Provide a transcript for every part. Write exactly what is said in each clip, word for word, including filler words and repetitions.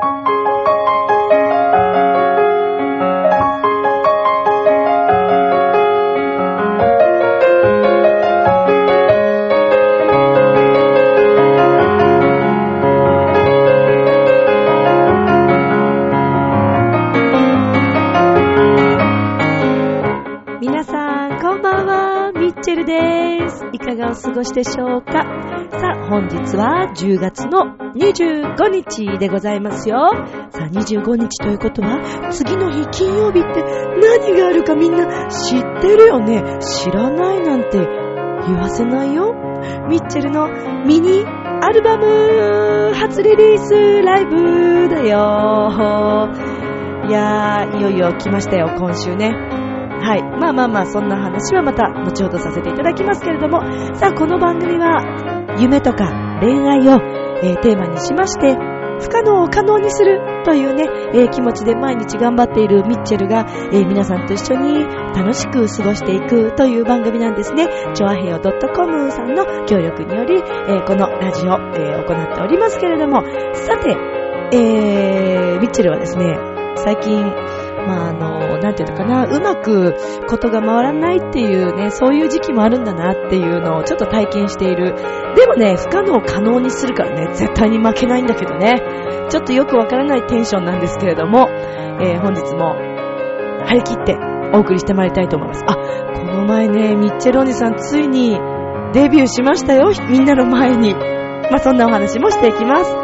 お過ごしでしょうか。さあ本日はじゅうがつのにじゅうごにちでございますよ。さあにじゅうごにちということは次の日金曜日って何があるかみんな知ってるよね。知らないなんて言わせないよ。ミッチェルのミニアルバム初リリースライブだよ。いやーいよいよ来ましたよ今週ね。はい。まあまあまあ、そんな話はまた後ほどさせていただきますけれども、さあ、この番組は、夢とか恋愛を、えー、テーマにしまして、不可能を可能にするというね、えー、気持ちで毎日頑張っているミッチェルが、えー、皆さんと一緒に楽しく過ごしていくという番組なんですね。チョアヘヨ .com さんの協力により、えー、このラジオ、えー、行っておりますけれども、さて、えー、ミッチェルはですね、最近、まああの、なんていうのかな、うまくことが回らないっていうね、そういう時期もあるんだなっていうのをちょっと体験している。でもね、不可能を可能にするからね、絶対に負けないんだけどね。ちょっとよくわからないテンションなんですけれども、えー、本日も張り切ってお送りしてまいりたいと思います。あ、この前ね、ミッチェルおじさんついにデビューしましたよ、みんなの前に。まあそんなお話もしていきます。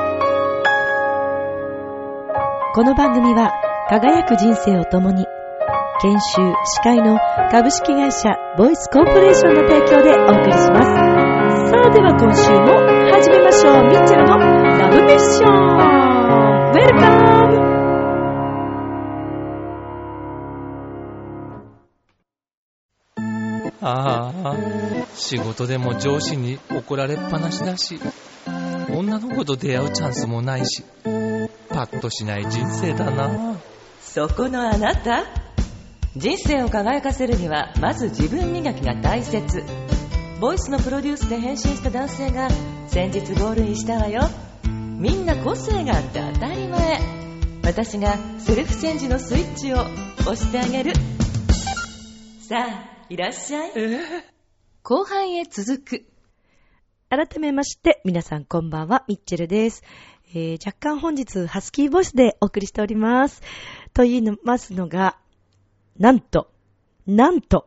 この番組は輝く人生を共に研修司会の株式会社ボイスコーポレーションの提供でお送りします。さあでは今週も始めましょう。ミッチェルのラブミッション。ウェルカム。 ああ、仕事でも上司に怒られっぱなしだし、女の子と出会うチャンスもないし、パッとしない人生だな。 そこのあなた、人生を輝かせるにはまず自分磨きが大切。ボイスのプロデュースで変身した男性が先日ゴールインしたわよ。みんな個性があって当たり前。私がセルフチェンジのスイッチを押してあげる。さあいらっしゃい、えー、後半へ続く。 改めまして皆さんこんばんは、ミッチェルです。えー、若干本日ハスキーボイスでお送りしております。と言いますのが、なんと、なんと、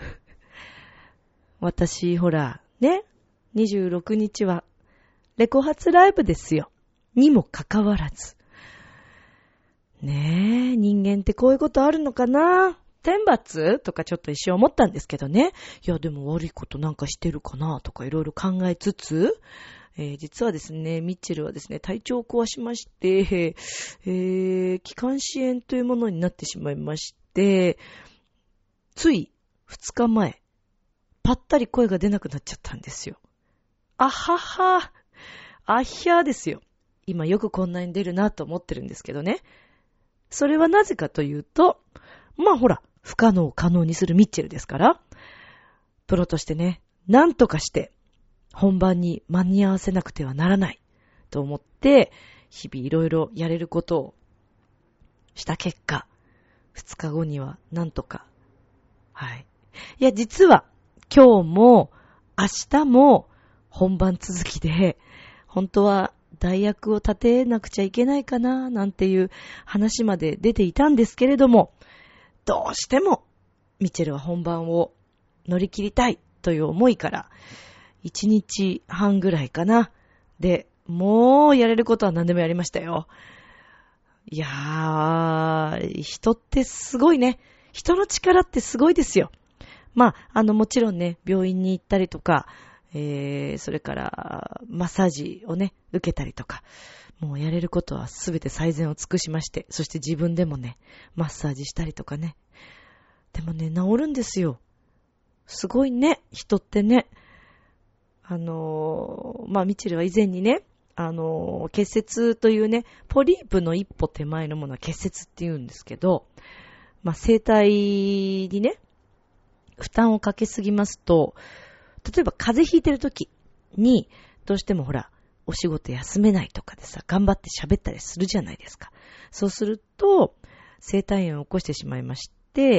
私、ほら、ね、にじゅうろくにちは、レコ発ライブですよ。にもかかわらず。ねえ、人間ってこういうことあるのかな？天罰とかちょっと一瞬思ったんですけどね。いや、でも悪いことなんかしてるかなとかいろいろ考えつつ、えー、実はですね、ミッチェルはですね、体調を壊しまして、えー、気管支炎というものになってしまいまして、ついふつかまえ、ぱったり声が出なくなっちゃったんですよ。あはは、あひゃーですよ。今よくこんなに出るなと思ってるんですけどね。それはなぜかというと、まあほら、不可能を可能にするミッチェルですから、プロとしてね、なんとかして、本番に間に合わせなくてはならないと思って、日々いろいろやれることをした結果、二日後にはなんとか、はい。いや、実は今日も明日も本番続きで、本当は代役を立てなくちゃいけないかななんていう話まで出ていたんですけれども、どうしてもミッチェルは本番を乗り切りたいという思いから、一日半ぐらいかな。で、もうやれることは何でもやりましたよ。いやー、人ってすごいね。人の力ってすごいですよ。まあ、あの、もちろんね、病院に行ったりとか、えー、それから、マッサージをね、受けたりとか、もうやれることはすべて最善を尽くしまして、そして自分でもね、マッサージしたりとかね。でもね、治るんですよ。すごいね、人ってね。あのー、まあ、ミッチェルは以前にね、あのー、結節というね、ポリープの一歩手前のものは結節って言うんですけど、まあ、声帯にね、負担をかけすぎますと、例えば風邪ひいてる時に、どうしてもほら、 お仕事休めないとかでさ、頑張って喋ったりするじゃないですか。そうすると、声帯炎を起こしてしまいまして、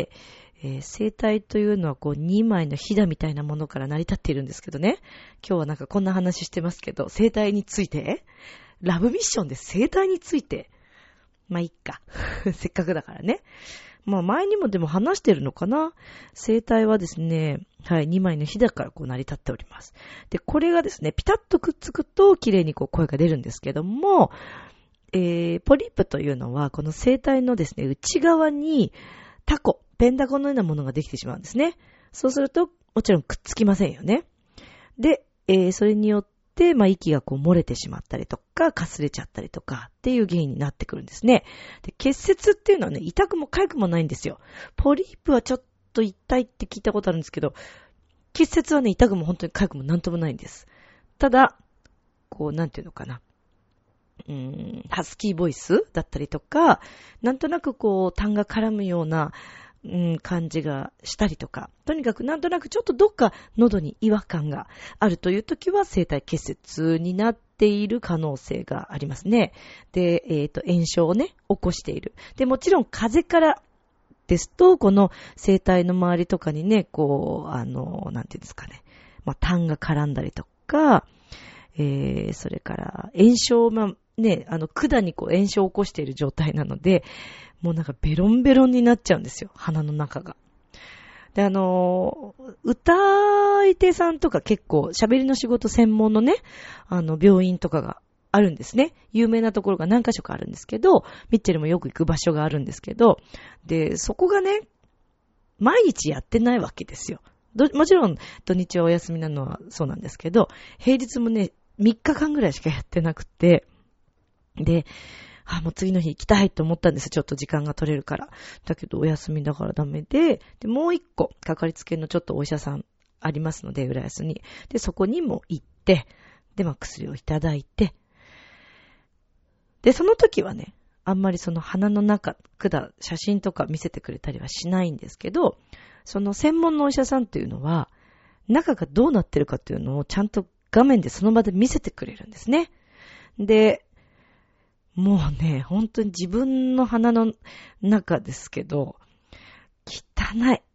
えー、声帯というのはこうにまいのひだみたいなものから成り立っているんですけどね。今日はなんかこんな話してますけど、声帯について、ラブミッションで声帯について、まあいっか。せっかくだからね。まあ前にもでも話してるのかな。声帯はですね、はい、にまいのひだからこう成り立っております。で、これがですね、ピタッとくっつくと綺麗にこう声が出るんですけども、えー、ポリープというのはこの声帯のですね、内側にタコ、ペンダコのようなものができてしまうんですね。そうすると、もちろんくっつきませんよね。で、えー、それによって、まあ、息がこう漏れてしまったりとか、かすれちゃったりとかっていう原因になってくるんですね。で、結節っていうのはね、痛くも痒くもないんですよ。ポリープはちょっと痛いって聞いたことあるんですけど、結節はね、痛くも本当に痒くもなんともないんです。ただ、こう、なんていうのかな。うーん、ハスキーボイスだったりとか、なんとなくこう、痰が絡むような、うん、感じがしたりとか、とにかくなんとなくちょっとどっか喉に違和感があるというときは声帯結節になっている可能性がありますね。で、えっと、炎症をね、起こしている。で、もちろん風邪からですと、この声帯の周りとかにね、こう、あの、なんていうんですかね、まあ、痰が絡んだりとか、えー、それから炎症、まあ、ね、あの、管にこう炎症を起こしている状態なので、もうなんかベロンベロンになっちゃうんですよ。鼻の中が。で、あの、歌い手さんとか結構喋りの仕事専門のね、あの、病院とかがあるんですね。有名なところが何か所かあるんですけど、ミッチェルもよく行く場所があるんですけど、で、そこがね、毎日やってないわけですよ。どもちろん土日はお休みなのはそうなんですけど、平日もね、みっかかんぐらいしかやってなくて、で、あ、もう次の日行きたいと思ったんです。ちょっと時間が取れるから。だけどお休みだからダメで、で、もう一個、かかりつけのちょっとお医者さんありますので、浦安に。で、そこにも行って、で、まあ薬をいただいて、で、その時はね、あんまりその鼻の中、管、写真とか見せてくれたりはしないんですけど、その専門のお医者さんっていうのは、中がどうなってるかっていうのをちゃんと画面でその場で見せてくれるんですね。で、もうね、本当に自分の鼻の中ですけど、汚い。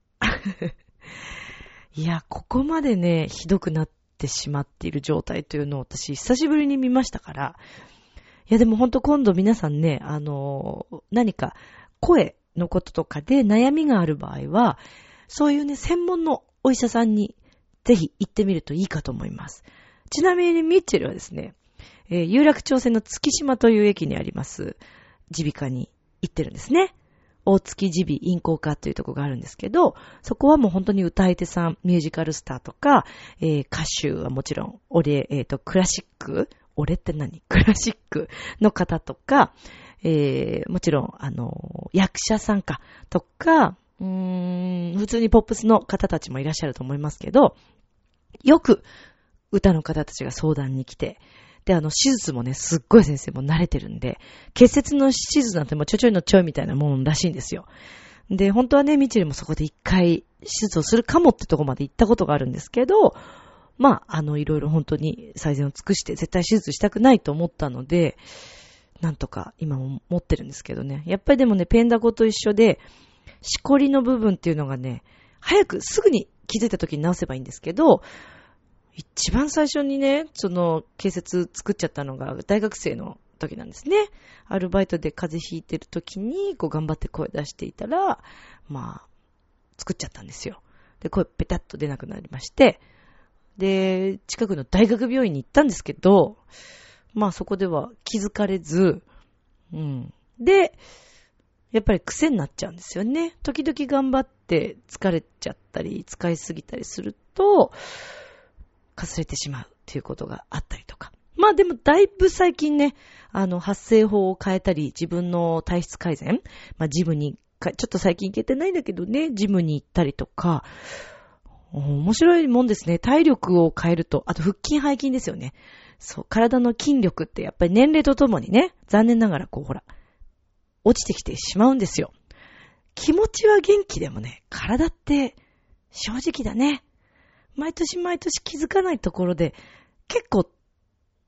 いや、ここまでね、ひどくなってしまっている状態というのを私、久しぶりに見ましたから、いやでも本当今度皆さんね、あの、何か声のこととかで悩みがある場合は、そういうね、専門のお医者さんにぜひ行ってみるといいかと思います。ちなみにミッチェルはですね、えー、有楽町線の月島という駅にあります耳鼻科に行ってるんですね。大月耳鼻咽喉科というところがあるんですけど、そこはもう本当に歌い手さん、ミュージカルスターとか、えー、歌手はもちろん、俺、えっと、クラシック、俺って何？クラシックの方とか、えー、もちろん、あの、役者さんか、とか、うーん、普通にポップスの方たちもいらっしゃると思いますけど、よく歌の方たちが相談に来て、で、あの、手術もね、すっごい先生も慣れてるんで、結節の手術なんてもうちょちょいのちょいみたいなもんらしいんですよ。で、本当はね、ミチェルもそこで一回手術をするかもってとこまで行ったことがあるんですけど、まあ、あの、いろいろ本当に最善を尽くして絶対手術したくないと思ったので、なんとか今も持ってるんですけどね。やっぱりでもね、ペンダコと一緒で、しこりの部分っていうのがね、早くすぐに気づいた時に治せばいいんですけど、一番最初にね、その、結節作っちゃったのが大学生の時なんですね。アルバイトで風邪ひいてる時に、こう頑張って声出していたら、まあ、作っちゃったんですよ。で、声ペタッと出なくなりまして、で、近くの大学病院に行ったんですけど、まあそこでは気づかれず、うん。で、やっぱり癖になっちゃうんですよね。時々頑張って疲れちゃったり、使いすぎたりすると、かすれてしまうっていうことがあったりとか。まあでもだいぶ最近ね、あの発声法を変えたり、自分の体質改善、まあジムに、ちょっと最近行けてないんだけどね、ジムに行ったりとか、面白いもんですね。体力を変えると、あと腹筋背筋ですよね。そう、体の筋力ってやっぱり年齢とともにね、残念ながらこうほら、落ちてきてしまうんですよ。気持ちは元気でもね、体って正直だね。毎年毎年気づかないところで結構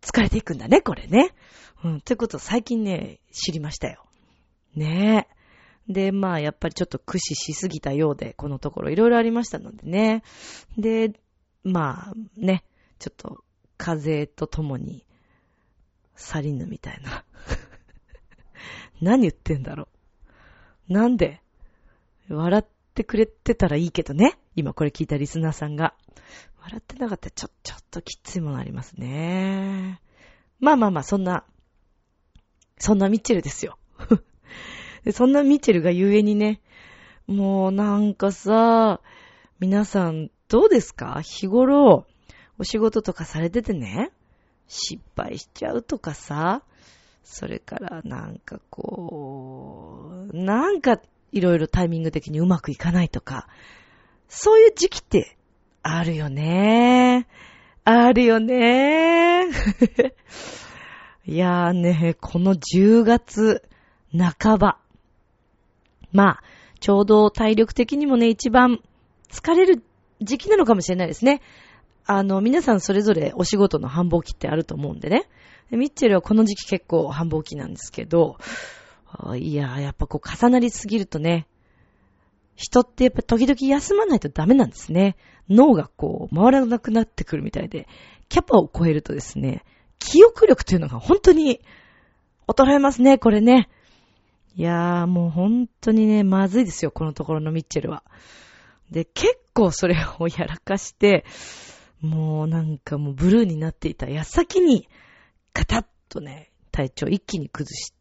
疲れていくんだね、これね。うん、ということを最近ね、知りましたよ。ねえ。で、まあ、やっぱりちょっと駆使しすぎたようで、このところいろいろありましたのでね。で、まあ、ね、ちょっと、風とともに、去りぬみたいな。何言ってんだろう。なんで笑ってくれてたらいいけどね。今これ聞いたリスナーさんが。笑ってなかったらちょ、ちょっときついものありますね。まあまあまあ、そんな、そんなミッチェルですよ。でそんなミッチェルがゆえにね、もうなんかさ、皆さんどうですか？日頃、お仕事とかされててね、失敗しちゃうとかさ、それからなんかこう、なんかいろいろタイミング的にうまくいかないとか、そういう時期ってあるよね。あるよね。いやーね、このじゅうがつなかば。まあ、ちょうど体力的にもね、一番疲れる時期なのかもしれないですね。あの、皆さんそれぞれお仕事の繁忙期ってあると思うんでね。でミッチェルはこの時期結構繁忙期なんですけど、いやー、やっぱこう重なりすぎるとね、人ってやっぱ時々休まないとダメなんですね。脳がこう回らなくなってくるみたいで、キャパを超えるとですね、記憶力というのが本当に衰えますね、これね。いやーもう本当にね、まずいですよ、このところのミッチェルは。で、結構それをやらかして、もうなんかもうブルーになっていた矢先に、カタッとね、体調一気に崩して、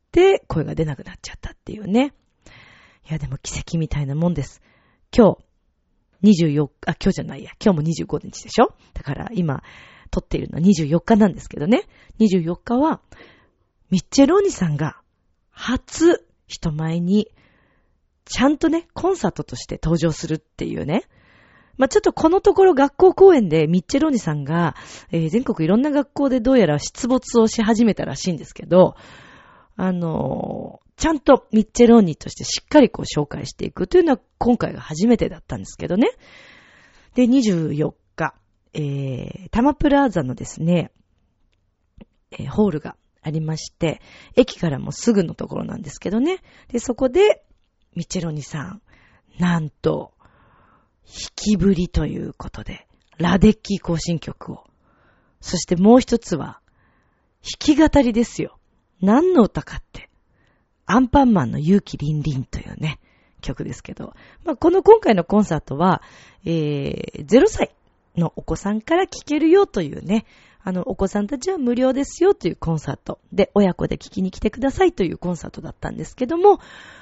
声が出なくなっちゃったっていうね。いやでも奇跡みたいなもんです。今日、にじゅうよっか、あ、今日じゃないや、今日もにじゅうごにちでしょ？だから今、撮っているのはにじゅうよっかなんですけどね。にじゅうよっかは、ミッチェルおにさんが、初、人前に、ちゃんとね、コンサートとして登場するっていうね。まあ、ちょっとこのところ学校公演でミッチェルおにさんが、えー、全国いろんな学校でどうやら出没をし始めたらしいんですけど、あのー、ちゃんとミッチェルおにとしてしっかりこう紹介していくというのは今回が初めてだったんですけどね。で、にじゅうよっか、えー、タマプラーザのですね、えー、ホールがありまして、駅からもすぐのところなんですけどね。で、そこで、ミッチェルおにさん、なんと、弾きぶりということで、ラデッキー行進曲を。そしてもう一つは、弾き語りですよ。何の歌かって、アンパンマンの勇気リンリンというね、曲ですけど、まあ、この今回のコンサートは、えー、ゼロさいのお子さんから聴けるよというね、あの、お子さんたちは無料ですよというコンサートで、親子で聴きに来てくださいというコンサートだったんですけども、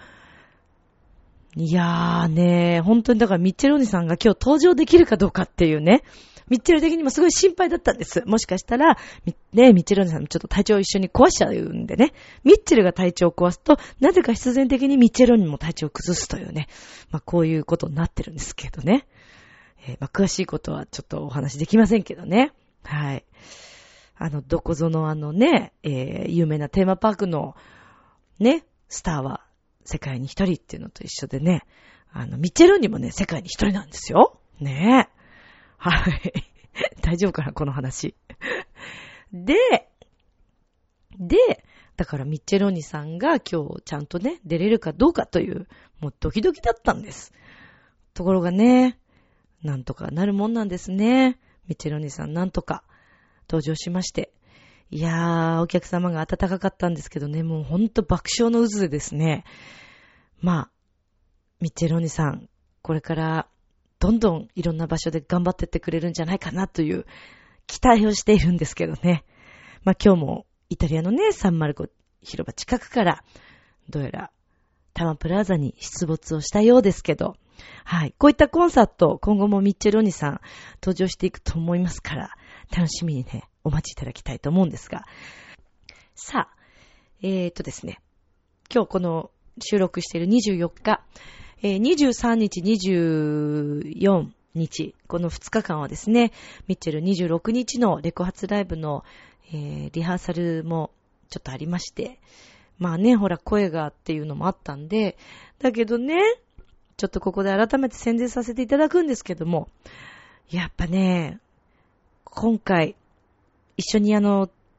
いやーね、本当にだからミッチェルおにさんが今日登場できるかどうかっていうね、ミッチェル的にもすごい心配だったんです。もしかしたら、ね、ミッチェルおにさんもちょっと体調を一緒に壊しちゃうんでね、ミッチェルが体調を壊すと、なぜか必然的にミッチェルおにも体調を崩すというね、まあこういうことになってるんですけどね。えー、まあ詳しいことはちょっとお話できませんけどね。はい。あの、どこぞのあのね、えー、有名なテーマパークのね、スターは世界に一人っていうのと一緒でね、あの、ミッチェルにもね、世界に一人なんですよ。ねえ。はい。大丈夫かな、この話。で、で、だからミッチェルおにさんが今日ちゃんとね、出れるかどうかという、もうドキドキだったんです。ところがね、なんとかなるもんなんですね。ミッチェルおにさんなんとか登場しまして。いやー、お客様が温かかったんですけどね、もうほんと爆笑の渦でですね。まあ、ミッチェルおにさん、これからどんどんいろんな場所で頑張ってってくれるんじゃないかなという期待をしているんですけどね。まあ今日もイタリアのね、サンマルコ広場近くから、どうやらタマプラーザに出没をしたようですけど、はい。こういったコンサート、今後もミッチェルおにさん登場していくと思いますから、楽しみにね、お待ちいただきたいと思うんですが。さあ、えーとですね、今日この収録しているにじゅうよっか、えー、にじゅうさんにち、にじゅうよっか、このふつかかんはですね、ミッチェルにじゅうろくにちのレコ発ライブの、えー、リハーサルもちょっとありまして、まあね、ほら声がっていうのもあったんで、だけどね、ちょっとここで改めて宣伝させていただくんですけども、やっぱね、今回、一緒にあの、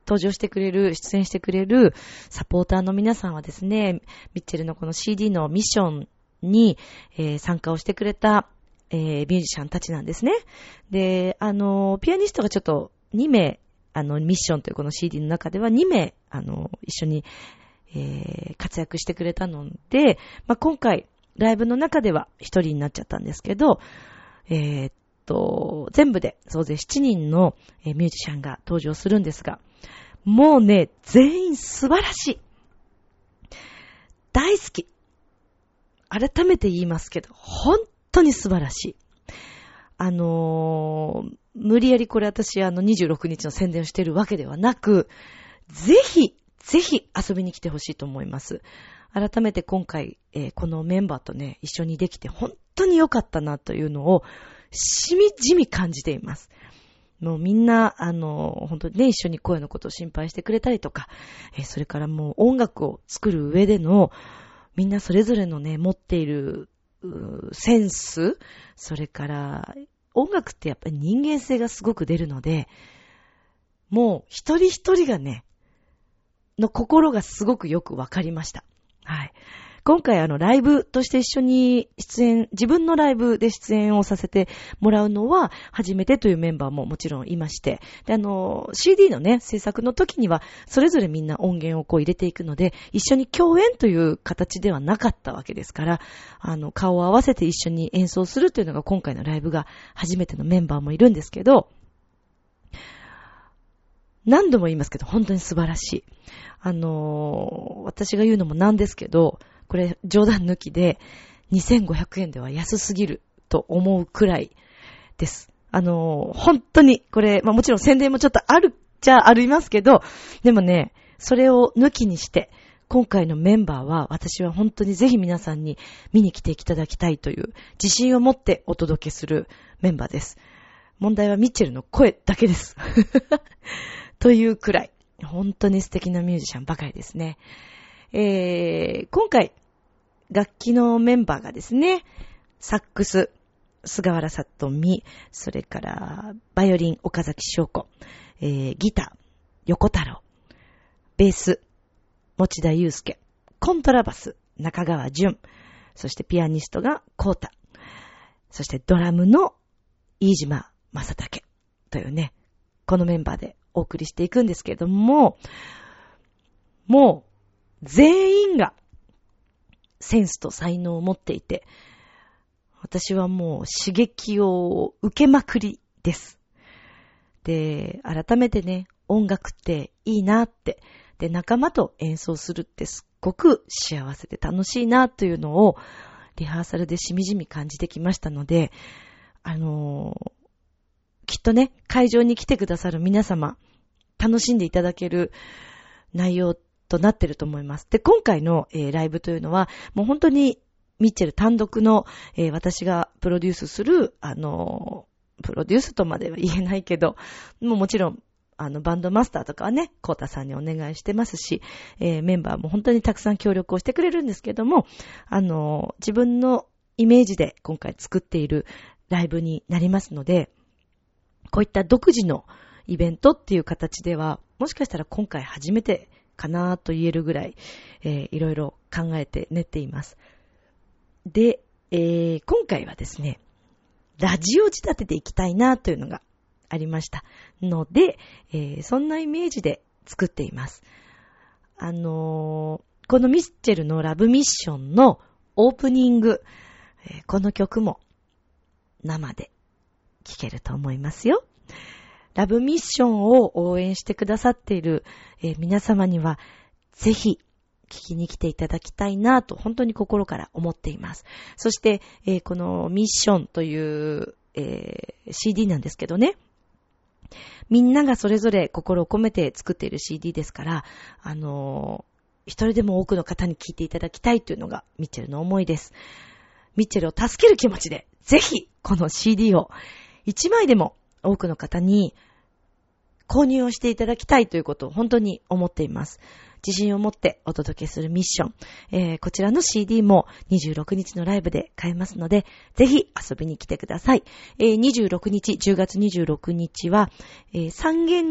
登場してくれる、出演してくれるサポーターの皆さんはですね、ミッチェルのこの シーディー のミッションに、えー、参加をしてくれた、えー、ミュージシャンたちなんですね。で、あの、ピアニストがちょっとにめい、あの、ミッションというこの シーディー の中ではにめい、あの、一緒に、えー、活躍してくれたので、まあ、今回、ライブの中ではひとりになっちゃったんですけど、えー、っと、全部で総勢しちにんの、えー、ミュージシャンが登場するんですが、もうね、全員素晴らしい。大好き。改めて言いますけど、本当に素晴らしい。あのー、無理やりこれ私あのにじゅうろくにちの宣伝をしているわけではなく、ぜひ、ぜひ遊びに来てほしいと思います。改めて今回、えー、このメンバーとね、一緒にできて本当に良かったなというのをしみじみ感じています。もうみんな、あの、本当にね、一緒に声のことを心配してくれたりとか、えー、それからもう音楽を作る上での、みんなそれぞれのね、持っているセンス、それから音楽ってやっぱり人間性がすごく出るので、もう一人一人がね、の心がすごくよくわかりました。はい。今回あのライブとして一緒に出演、自分のライブで出演をさせてもらうのは初めてというメンバーももちろんいまして、であの シーディー のね制作の時にはそれぞれみんな音源をこう入れていくので、一緒に共演という形ではなかったわけですから、あの顔を合わせて一緒に演奏するというのが今回のライブが初めてのメンバーもいるんですけど、何度も言いますけど本当に素晴らしい。あのー、私が言うのもなんですけど、これ冗談抜きでにせんごひゃくえんでは安すぎると思うくらいです。あのー、本当にこれ、まあもちろん宣伝もちょっとあるっちゃありますけど、でもね、それを抜きにして今回のメンバーは私は本当にぜひ皆さんに見に来ていただきたいという自信を持ってお届けするメンバーです。問題はミッチェルの声だけです。というくらい本当に素敵なミュージシャンばかりですね。えー、今回楽器のメンバーがですね、サックス菅原さとみ、それからバイオリン岡崎翔子、えー、ギター横太郎、ベース持田祐介、コントラバス中川淳、そしてピアニストがコウタ、そしてドラムの飯島正武というね、このメンバーでお送りしていくんですけれども、もう全員がセンスと才能を持っていて、私はもう刺激を受けまくりです。で、改めてね、音楽っていいなって、で、仲間と演奏するってすっごく幸せで楽しいなというのをリハーサルでしみじみ感じてきましたので、あのー、きっとね、会場に来てくださる皆様、楽しんでいただける内容となっていると思います。で、今回の、えー、ライブというのは、もう本当にミッチェル単独の、えー、私がプロデュースする、あのー、プロデュースとまでは言えないけど、もうもちろん、あの、バンドマスターとかはね、コウタさんにお願いしてますし、えー、メンバーも本当にたくさん協力をしてくれるんですけども、あのー、自分のイメージで今回作っているライブになりますので、こういった独自のイベントっていう形では、もしかしたら今回初めてかなと言えるぐらい、えー、いろいろ考えて練っています。で、えー、今回はですね、ラジオ仕立てていきたいなというのがありましたので、えー、そんなイメージで作っています。あのー、このミッチェルのラブミッションのオープニング、えー、この曲も生で聴けると思いますよ。ラブミッションを応援してくださっている、えー、皆様にはぜひ聞きに来ていただきたいなと本当に心から思っています。そして、えー、このミッションという、えー、シーディー なんですけどね、みんながそれぞれ心を込めて作っている シーディー ですから、あのー、一人でも多くの方に聞いていただきたいというのがミッチェルの思いです。ミッチェルを助ける気持ちでぜひこの シーディー を一枚でも多くの方に購入をしていただきたいということを本当に思っています。自信を持ってお届けするミッション、えー、こちらの シーディー もにじゅうろくにちのライブで買えますので、ぜひ遊びに来てください。えー、にじゅうろくにち、じゅうがつにじゅうろくにちは、えー、三軒茶屋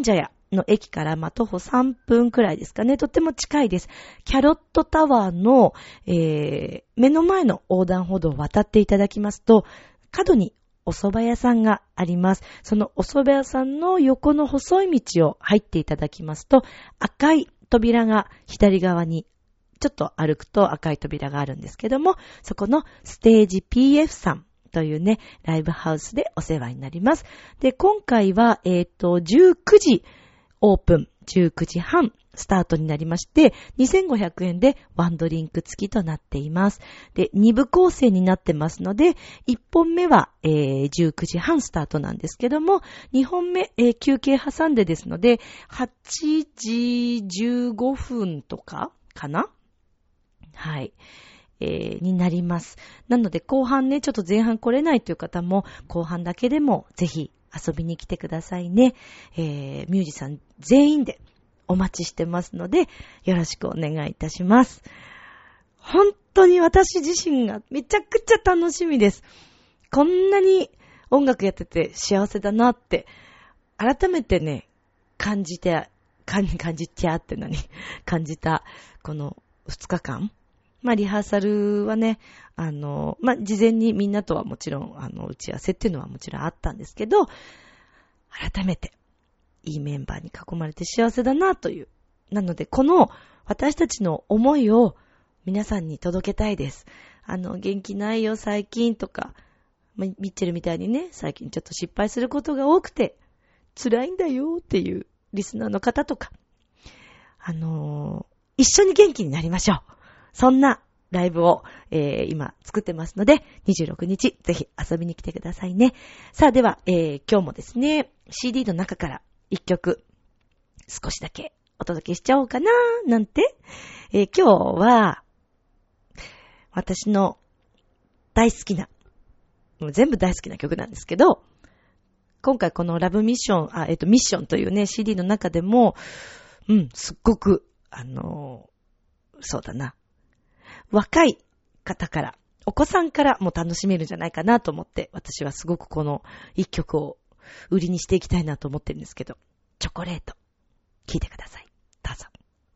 の駅から、まあ、徒歩さんぷんくらいですかね。とっても近いです。キャロットタワーの、えー、目の前の横断歩道を渡っていただきますと、角にお蕎麦屋さんがあります。そのお蕎麦屋さんの横の細い道を入っていただきますと、赤い扉が左側に、ちょっと歩くと赤い扉があるんですけども、そこのステージ ピーエフ さんというね、ライブハウスでお世話になります。で、今回は、えっと、じゅうくじオープン、じゅうくじはんスタートになりまして、にせんごひゃくえんでワンドリンク付きとなっています。で、にぶ構成になってますので、いっぽんめは、えー、じゅうくじはんスタートなんですけども、にほんめ、えー、休憩挟んでですので、はちじじゅうごふんとかかな？はい。えー、になります。なので後半ね、ちょっと前半来れないという方も、後半だけでもぜひ遊びに来てくださいね。えー、ミュージシャン全員でお待ちしてますので、よろしくお願いいたします。本当に私自身がめちゃくちゃ楽しみです。こんなに音楽やってて幸せだなって、改めてね、感じて、感じてあって何感じた、このふつかかん。まあ、リハーサルはね、あの、まあ、事前にみんなとはもちろん、あの、打ち合わせっていうのはもちろんあったんですけど、改めて、いいメンバーに囲まれて幸せだなという。なので、この私たちの思いを皆さんに届けたいです。あの、元気ないよ最近とか、まあ、ミッチェルみたいにね、最近ちょっと失敗することが多くて、辛いんだよっていうリスナーの方とか、あのー、一緒に元気になりましょう。そんなライブを、えー、今作ってますので、にじゅうろくにちぜひ遊びに来てくださいね。さあでは、えー、今日もですね、シーディー の中からいっきょく少しだけお届けしちゃおうかななんて、えー、今日は私の大好きな、もう全部大好きな曲なんですけど、今回このラブミッション、あ、えっと、ミッションというね、シーディー の中でも、うん、すっごく、あのー、そうだな、若い方から、お子さんからも楽しめるんじゃないかなと思って、私はすごくこの一曲を売りにしていきたいなと思ってるんですけど、チョコレート、聴いてください。どうぞ。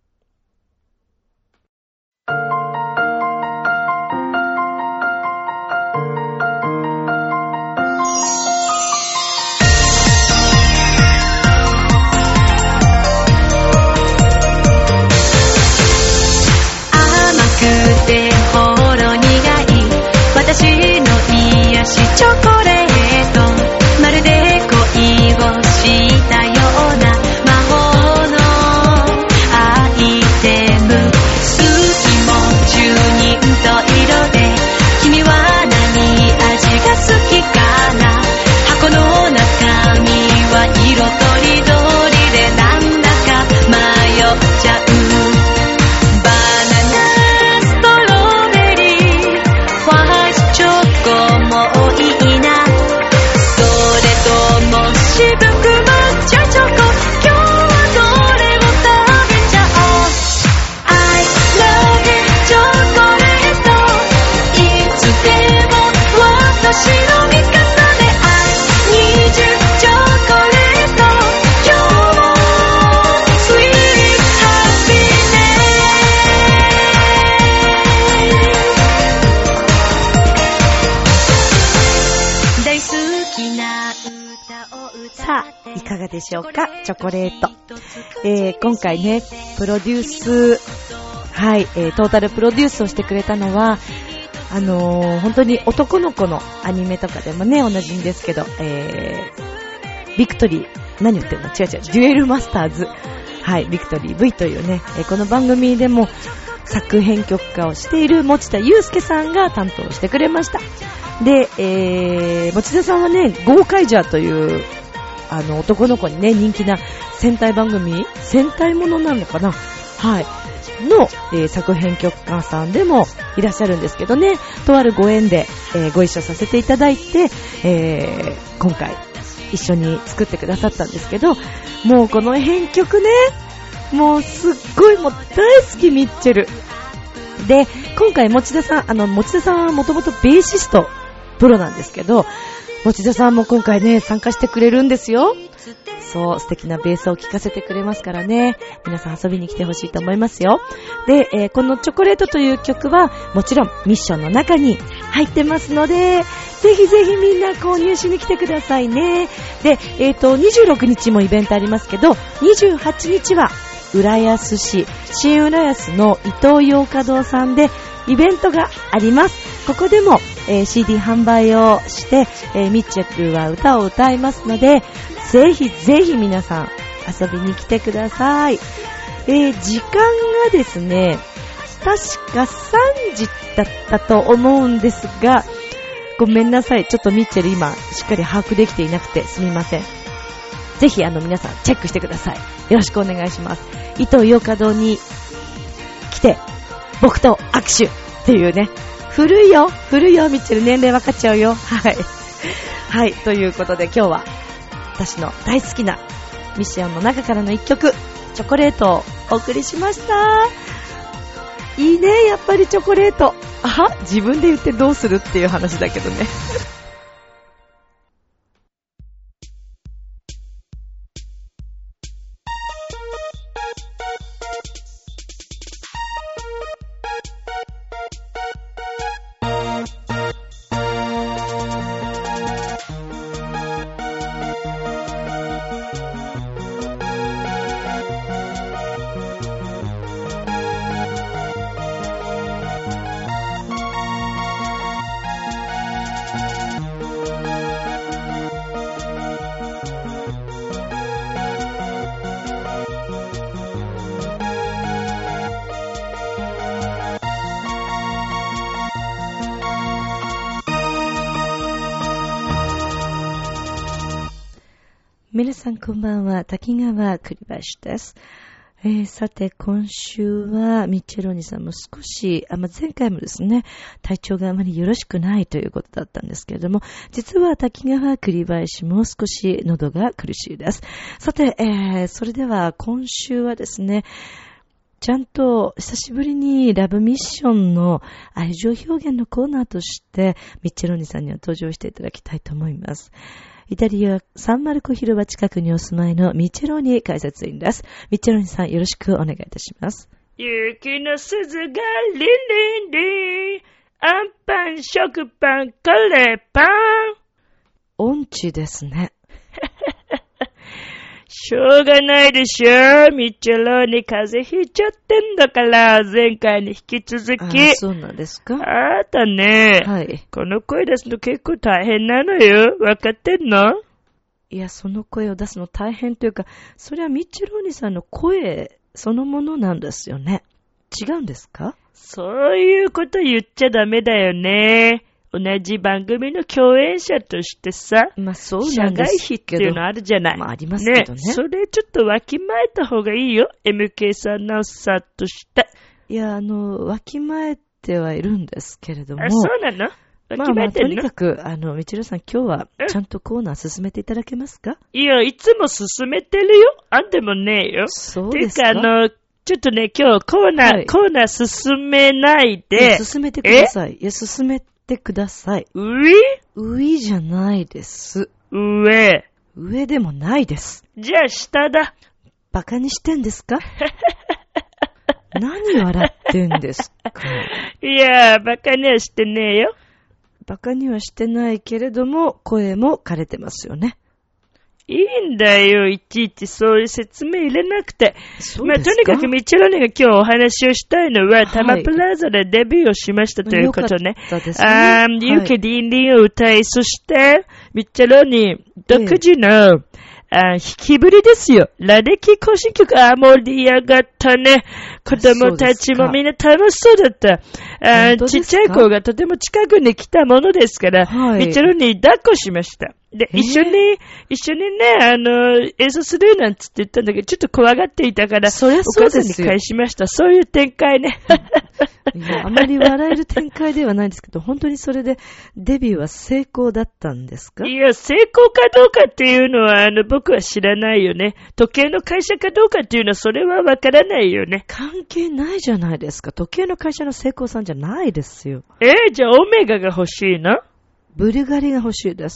私の癒しチョコレート、まるで恋をしたような魔法のアイテム、好きも十人十色で、君は何味が好きかな、箱の中身は色とりどりでなんだか迷っちゃう、バナナもういいな、それとも渋く抹茶チョコ、今日はどれを食べちゃおう、 I love you チョコレート、いつでも私の味方で I need you チョコレート、今日も Sweet Happiness。 さあ、いかがでしょうか、チョコレート。えー、今回ね、プロデュース、はい、えー、トータルプロデュースをしてくれたのは、あのー、本当に男の子のアニメとかでもね、おなじみですけど、えー、ビクトリー、何言ってんの？違う違う、デュエルマスターズ。はい、ビクトリー V というね、えー、この番組でも作編曲家をしている持田祐介さんが担当してくれました。で、えー、持田さんはね、ゴーカイジャーという、あの、男の子にね、人気な戦隊番組、戦隊ものなのかな、はい、の、えー、作編曲家さんでもいらっしゃるんですけどね、とあるご縁で、えー、ご一緒させていただいて、えー、今回一緒に作ってくださったんですけど、もうこの編曲ね、もうすっごいもう大好きミッチェル。で、今回持田さん、あの、持田さんはもともとベーシスト、プロなんですけど、持田さんも今回ね、参加してくれるんですよ。 奏、素敵なベースを聴かせてくれますからね。皆さん遊びに来てほしいと思いますよ。で、えー、このチョコレートという曲はもちろんミッションの中に入ってますので、ぜひぜひみんな購入しに来てくださいね。で、えっと、にじゅうろくにちもイベントありますけど、にじゅうはちにちは浦安市、新浦安の伊東洋華堂さんでイベントがあります。ここでも、えー、シーディー 販売をして、えー、ミッチェルは歌を歌いますので、ぜひぜひ皆さん遊びに来てください。えー、時間がですね、確かさんじだったと思うんですが、ごめんなさい。ちょっとミッチェル今しっかり把握できていなくてすみません。ぜひあの皆さんチェックしてください。よろしくお願いします。伊東洋華堂に来て僕と握手っていうね。古いよ古いよミッチェル、年齢分かっちゃうよ。はいはい、ということで今日は私の大好きなミッションの中からの一曲、チョコレートをお送りしました。いいね、やっぱりチョコレート。あ、自分で言ってどうするっていう話だけどね皆さんこんばんは、滝川栗林です。えー、さて今週はミッチェロニさんも少し、あ、まあ、前回もですね、体調があまりよろしくないということだったんですけれども、実は滝川栗林も少し喉が苦しいです。さて、えー、それでは今週はですね、ちゃんと久しぶりにラブミッションの愛情表現のコーナーとしてミッチェロニさんには登場していただきたいと思います。イタリアサンマルコ広場近くにお住まいのミッチェロニ解説員です。ミッチェロニさん、よろしくお願いいたします。 雪の鈴がリンリンリン、アンパン食パンカレーパン。 音痴ですね。 しょうがないでしょ。ミッチェロニ風邪ひいちゃってんだから、前回に引き続き。 あ、そうなんですか。 あーたね、 はい。 この声出すの結構大変なのよ。わかってんの？ いや、その声を出すの大変というか、それはミッチェロニさんの声そのものなんですよね。違うんですか？ そういうこと言っちゃダメだよね。同じ番組の共演者としてさ、 まあそうなんですけど、 社外費っていうのあるじゃない。 まあありますけどね。 ね、それちょっとわきまえた方がいいよ。エムケー さんアナウンサーとして。 いや、あの、わきまえてはいるんですけれども。 あ、そうなの？わきまえてるの？ まあまあ、とにかく、あの、みちるさん今日はちゃんとコーナー進めていただけますか？ いや、いつも進めてるよ。あんでもねえよ。 そうですか？ ていうか、あの、ちょっとね、今日コーナー、はい、コーナー進めないで。 いや、進めてください。いや、進めてください。 上？ 上じゃないです。 上。 上でもないです。 じゃあ下だ。 バカにしてんですか？何笑ってんですか？ いや、バカにはしてねえよ。 バカにはしてないけれども、声も枯れてますよね。 いいんだよ、いちいちそういう説明入れなくて。 そうですか？ まあ、とにかくミッチェロニが今日お話をしたいのは、はい、タマプラザでデビューをしましたということね。 よかったですね。 あー、ユケリンリンを歌い、そして、ミッチェロニ独自の、ええ、あ弾きぶりですよ。ラデキ行進曲、あー盛り上がったね。子供たちもみんな楽しそうだった。あちっちゃい子がとても近くに来たものですから、はい、ミッチェロニ抱っこしました。で、一緒に、一緒にね、あの、演奏するなんつって言ったんだけど、ちょっと怖がっていたから、 そりゃそうですよ。 お母さんに返しました。そういう展開ね。 いや、あまり笑える展開ではないんですけど、本当にそれでデビューは成功だったんですか？ いや、成功かどうかっていうのは、あの、僕は知らないよね。時計の会社かどうかっていうのは、それはわからないよね。 関係ないじゃないですか。時計の会社の成功さんじゃないですよ。 えー、じゃあ、オメガが欲しいの？ ブルガリが欲しいです。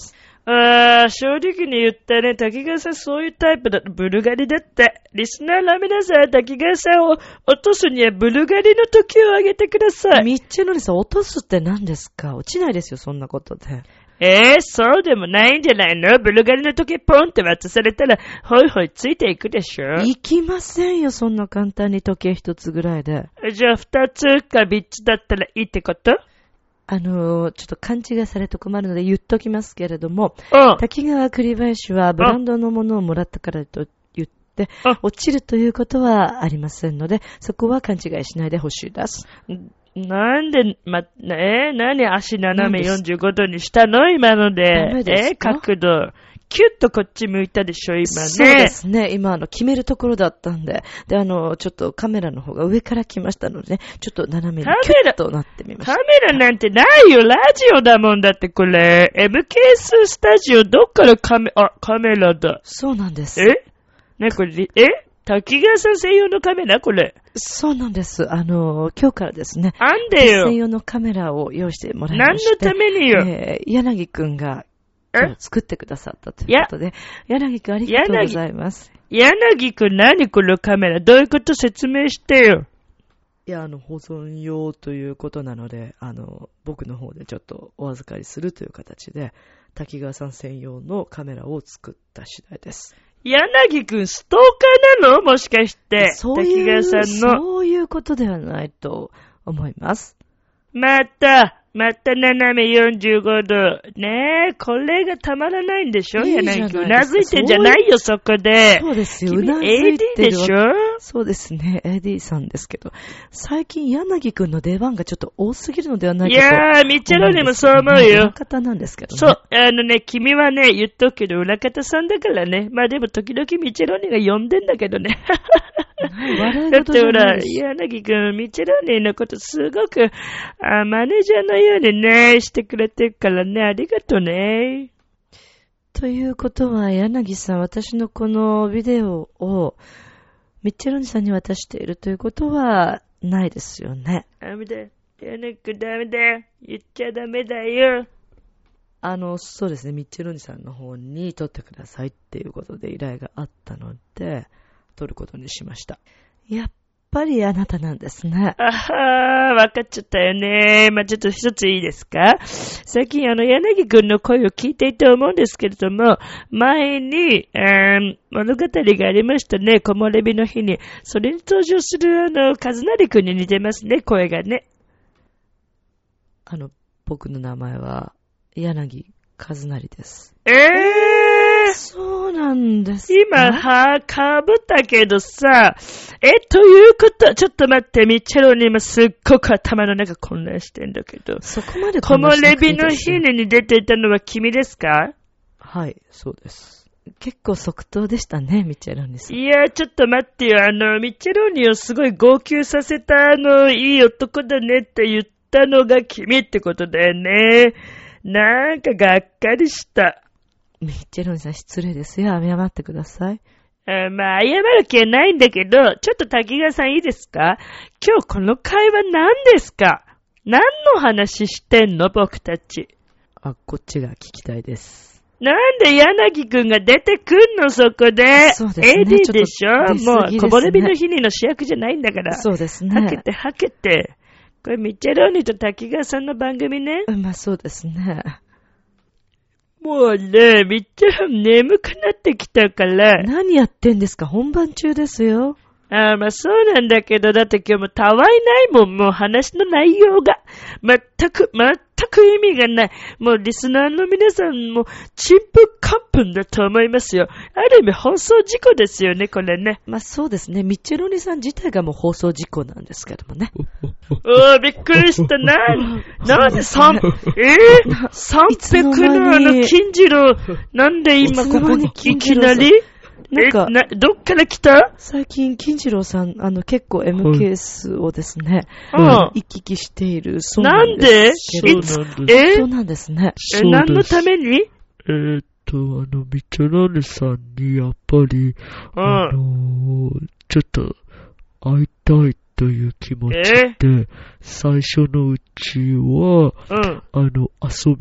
あー、正直に言ったね、滝川さんそういうタイプだ。ブルガリだって。リスナーの皆さん、滝川さんを落とすにはブルガリの時をあげてください。 ミッチェロニさん、落とすって何ですか？落ちないですよ、そんなことで。 えー、そうでもないんじゃないの？ブルガリの時ポンって渡されたら、ほいほいついていくでしょ？ いきませんよ、そんな簡単に時計一つぐらいで。 じゃあ二つか三つだったらいいってこと？ あのー、ちょっと勘違いされて困るので言っときますけれども、 うん。 滝川栗林はブランドのものをもらったからと言って、落ちるということはありませんので、そこは勘違いしないでほしいです。 なんで、ま、えー、何足斜めよんじゅうごどにしたの今ので。 ダメですか？ えー、角度。キュッとこっち向いたでしょ、今ね。 そうですね。今、あの、決めるところだったんで。で、あの、ちょっとカメラの方が上から来ましたのでね、ちょっと斜めにキュッとなってみました。 カメラなんてないよ。ラジオだもんだってこれ。エムケーエス スタジオどっからカメ、あ、カメラだ。 そうなんです。 えね、これ、え滝川さん専用のカメラこれ。 そうなんです。あの、今日からですね。 なんでよ。 専用のカメラを用意してもらいまして。 何のためによ。 えー、柳くんが、作ってくださったということで、柳くんありがとうございます。 柳くん何このカメラ？どういうこと説明してよ。 いや、あの、保存用ということなので、あの、僕の方でちょっとお預かりするという形で、滝川さん専用のカメラを作った次第です。 柳くんストーカーなの？もしかして。 そういう、 滝川さんの。 そういうことではないと思います。 また、また斜めよんじゅうごど。ねえ、これがたまらないんでしょ？ いいじゃないですか。 柳くん。うなずいてんじゃないよ、そこで。 そうですよ。う君なずいてる。 エーディー でしょ？ そうですね。エーディー さんですけど。最近柳くんの出番がちょっと多すぎるのではないかと。 いやー、ミッチェロにもそう思うよ。 裏方なんですけどね。 そう。あのね、君はね、言っとくけど、裏方さんだからね。まあでも時々ミッチェロニが呼んでんだけどね。 笑いだってほら、 です。 柳くん、ミッチェロニのことすごく、あ、マネージャーのようにね、してくれてるからね、ありがとうね。 ということは、柳さん、私のこのビデオを、ミッチェロニさんに渡しているということは、ないですよね。 ダメだ。柳くんダメだよ。言っちゃダメだよ。 あの、そうですね、ミッチェロニさんの方に撮ってくださいっていうことで依頼があったので、撮ることにしました。やっぱりあなたなんですね。 あはー、わかっちゃったよね。まあ、ちょっと一ついいですか？最近あの、柳くんの声を聞いていて思うんですけれども、前に、えー、物語がありましたね。木漏れ日の日に。それに登場するあの、和成くんに似てますね、声がね。 あの、僕の名前は、柳和成です。 えー、 そうなんですか？ 今、は、かぶったけどさ、え、ということ、ちょっと待って、ミッチェロに今すっごく頭の中混乱してんだけど。 そこまで木漏れ日の日に出ていたのは君ですか？ はい、そうです。結構即答でしたね、ミッチェロニさん。 いや、ちょっと待ってよ。あの、ミッチェロニをすごい号泣させた、あの、いい男だねって言ったのが君ってことだよね。なんかがっかりした。 ミッチェロニさん失礼ですよ。謝ってください。 あまあ、謝る気はないんだけど、ちょっと滝川さんいいですか？今日この会話何ですか？何の話してんの僕たち。 あ、こっちが聞きたいです。 なんで柳くんが出てくんのそこで。 そうですね。 エーディー でしょ？ ね、 もう、こぼれ日の日にの主役じゃないんだから。 そうですね。 はけてはけて。これミッチェローニと滝川さんの番組ね。 まあそうですね。 もうね、ミッチェローニ眠くなってきたから。 何やってんですか？本番中ですよ。 ああ、まあそうなんだけど、だって今日もたわいないもん、もう話の内容が。全く、全く意味がない。もうリスナーの皆さんも、ちんぷんかんぷんだと思いますよ。ある意味放送事故ですよね、これね。 まあそうですね。ミッチェロニさん自体がもう放送事故なんですけどもね。 おー、びっくりした。な、なんで三、えー、三百のあの金次郎、なんで今ここにいきなりなんか、な、どっから来た？ 最近、金次郎さん、あの、結構 エムケーエス をですね、 うん、 行き来しているそうなんですけど。 なんで？えそうなんですね。 え、何のために？ えー、っと、あの、ミチェラネさんに、やっぱり、 うん、 あのー、ちょっと、会いたいという気持ちで、最初のうちは、 うん、 あの、遊びだっ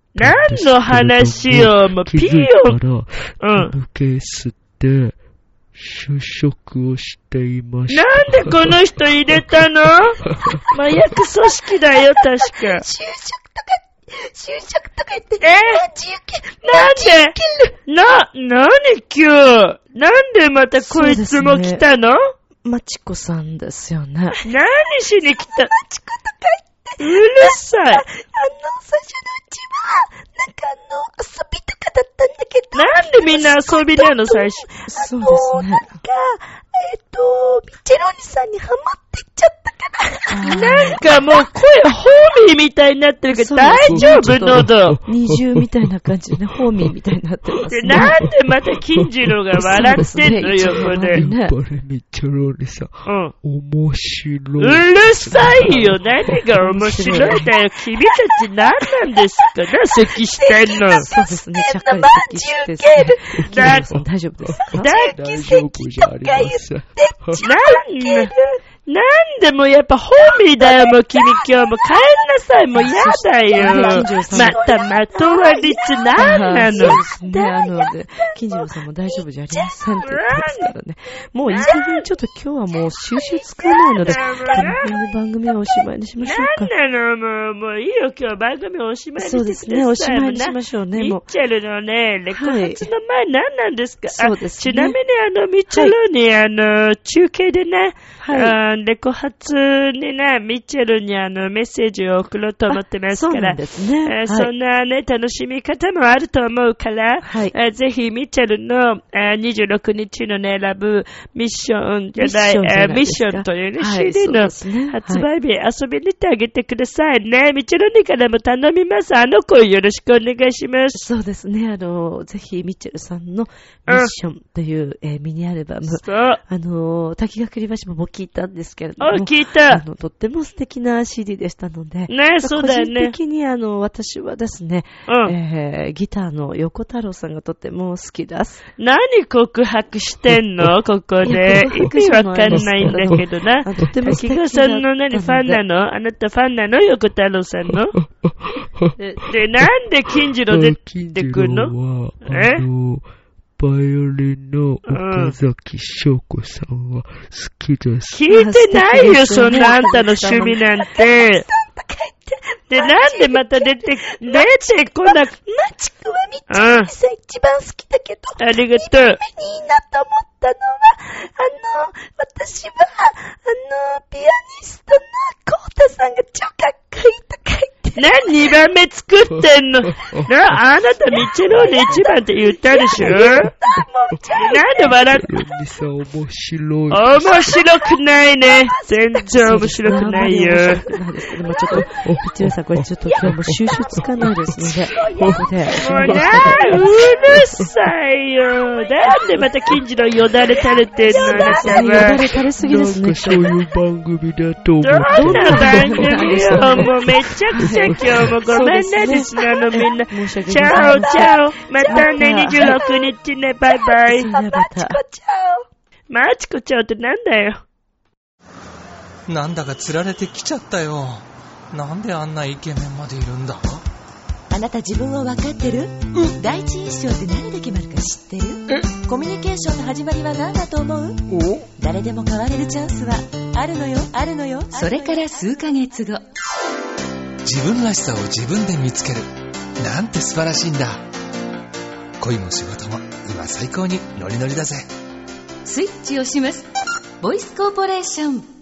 たんですけれども、 何の話よ、もう気づいピーよ。 たら、 うん。 このケースで、就職をしていました。 なんでこの人入れたの？麻薬組織だよ、確か。 就職とか、就職とか言って、 え自由権、 なんでな、なに今日なんでまたこいつも来たの？ まちこさんですよね。 何しに来た？ まちことか言って。 うるさい。 あの、最初のうちは、なんかあの、遊びとかだったんだけど。 なんでみんな遊びなの、最初。 そうですね。なんか、えっと、ミチェローニさんにハマってっちゃったから。 なんかもう声ホーミーみたいになってるけど大丈夫？喉。 二重みたいな感じでね、ホーミーみたいになってますね。 なんでまた金次郎が笑ってんのよ、これ。 やっぱりミチェローニさん、うん、面白い。 うるさいよ、何が面白いんだよ。君たち何なんですか？な、咳してんの。 そうですね、ちゃっかり咳してすね。大丈夫ですか？ 大丈夫じゃありません。 なんなんでもやっぱホーミーだよ、もう君今日も帰んなさい、もう嫌だよ。またまとわりつなんなの？ そうですね、あの、金次郎さんも大丈夫じゃありませんって言ってますからね。もういい加減ちょっと今日はもう収集つかないので、この辺で番組はおしまいにしましょうか。 なんなのもう、もういいよ、今日番組おしまいにしてください。 そうですね、おしまいにしましょうね、もう。 ミッチェルのね、レコ発の前何なんですか？ そうですね。 ちなみにあの、ミッチェルにあの、中継でね、はい、レコ発にね、ミッチェルにあのメッセージを送ろうと思ってますから、そうなんですね、はい、そんなね、楽しみ方もあると思うから、はい、ぜひミッチェルのにじゅうろくにちのね、ラブミッションじゃない、ミッションじゃないミッションというね、はい、シーディー の発売日、はい、遊びに行ってあげてくださいね。ミッチェルにからも頼みます。あの子よろしくお願いします。 そうですね、あの、ぜひミッチェルさんのミッションという、うんえー、ミニアルバム、そうあの、滝が栗橋もも聞いたんですけれども、 聞いた。 あの、とっても素敵な シーディー でしたので、 ね、そうだよね。 個人的にあの、私はですね、うんえー、ギターの横太郎さんがとっても好きです。 何告白してんのここで。意味わかんないんだけどな。とっても素敵だ。滝川さんの何ファンなの？あなたファンなの？横太郎さんので, で、なんで金次郎出てくるの？ えバイオリンの岡崎翔子さんは好きです。 聞いてないよ、そんなあんたの趣味なんて。で、なんでまた出て、出てこなく、 マチクはミッチェルにさ一番好きだけど、 ありがとう。 にばんめにいいなと思ったのは、あの、私は、あの、ピアニストのコウタさんが超かっこいいとか言って。 な、にばんめ作ってんの？な、あなたミッチェローニ一番って言ったでしょ？なんで笑ってミさん面白い。 面白くないね。全然面白くないよ。 でもちょっと、ミッチェルさんこれちょっと今日も収集つかないですので、ここで。 もうな、うるさいよ。なんでまた金次郎よだれ垂れてんの？よだれ垂れすぎですね。 なんかそういう番組だと思って。 どんな番組よ。もうめちゃくちゃ今日もごめんねですなのみんな。チャオチャオ。またね、にじゅうろくにちね、バイバイ。 マチコチャオ。マチコチャオってなんだよ。 なんだか釣られてきちゃったよ。なんであんなイケメンまでいるんだ？ あなた自分を分かってる？うん。第一印象って何で決まるか知ってる？え？コミュニケーションの始まりは何だと思う？お？誰でも変われるチャンスはあるのよ、あるのよ。それから数ヶ月後。 自分らしさを自分で見つける。なんて素晴らしいんだ。恋も仕事も今最高にノリノリだぜ。 スイッチをします。ボイスコーポレーション。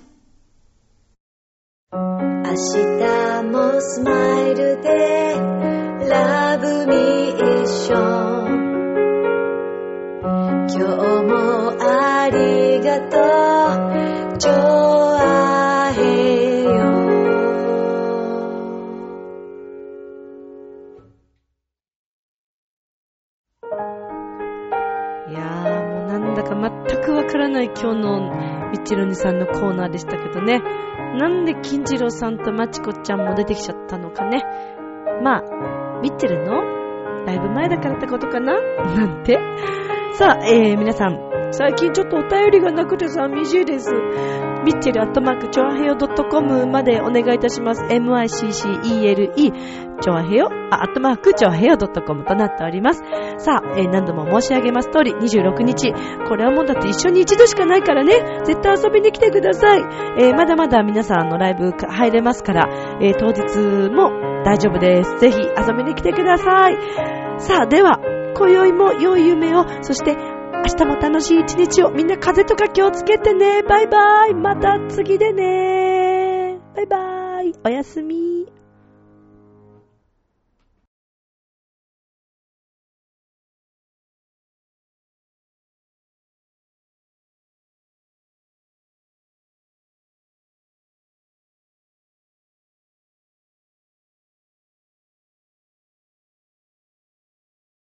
明日もスマイルでラブミッション。今日もありがとう。ジョアヘヨ。 いやーもうなんだか全くわからない今日のミッチェルニさんのコーナーでしたけどね。なんで金次郎さんとマチコちゃんも出てきちゃったのかね。まあミッチェルのライブ前だからってことかななんて。さあ、えー、皆さん最近ちょっとお便りがなくて寂しいです。ミッチェルアットマークチョアヘヨ .com までお願いいたします。ミッチェル チョアヘヨアットマークチョアヘヨ .com となっております。さあ、えー、何度も申し上げます通りにじゅうろくにち、これはもうだって一緒に一度しかないからね、絶対遊びに来てください。えー、まだまだ皆さんのライブ入れますから、えー、当日も大丈夫です。ぜひ遊びに来てください。さあ、では今宵も良い夢を、そして明日も楽しい一日を。みんな風邪とか気をつけてね。バイバイ。また次でね。バイバイ。おやすみ。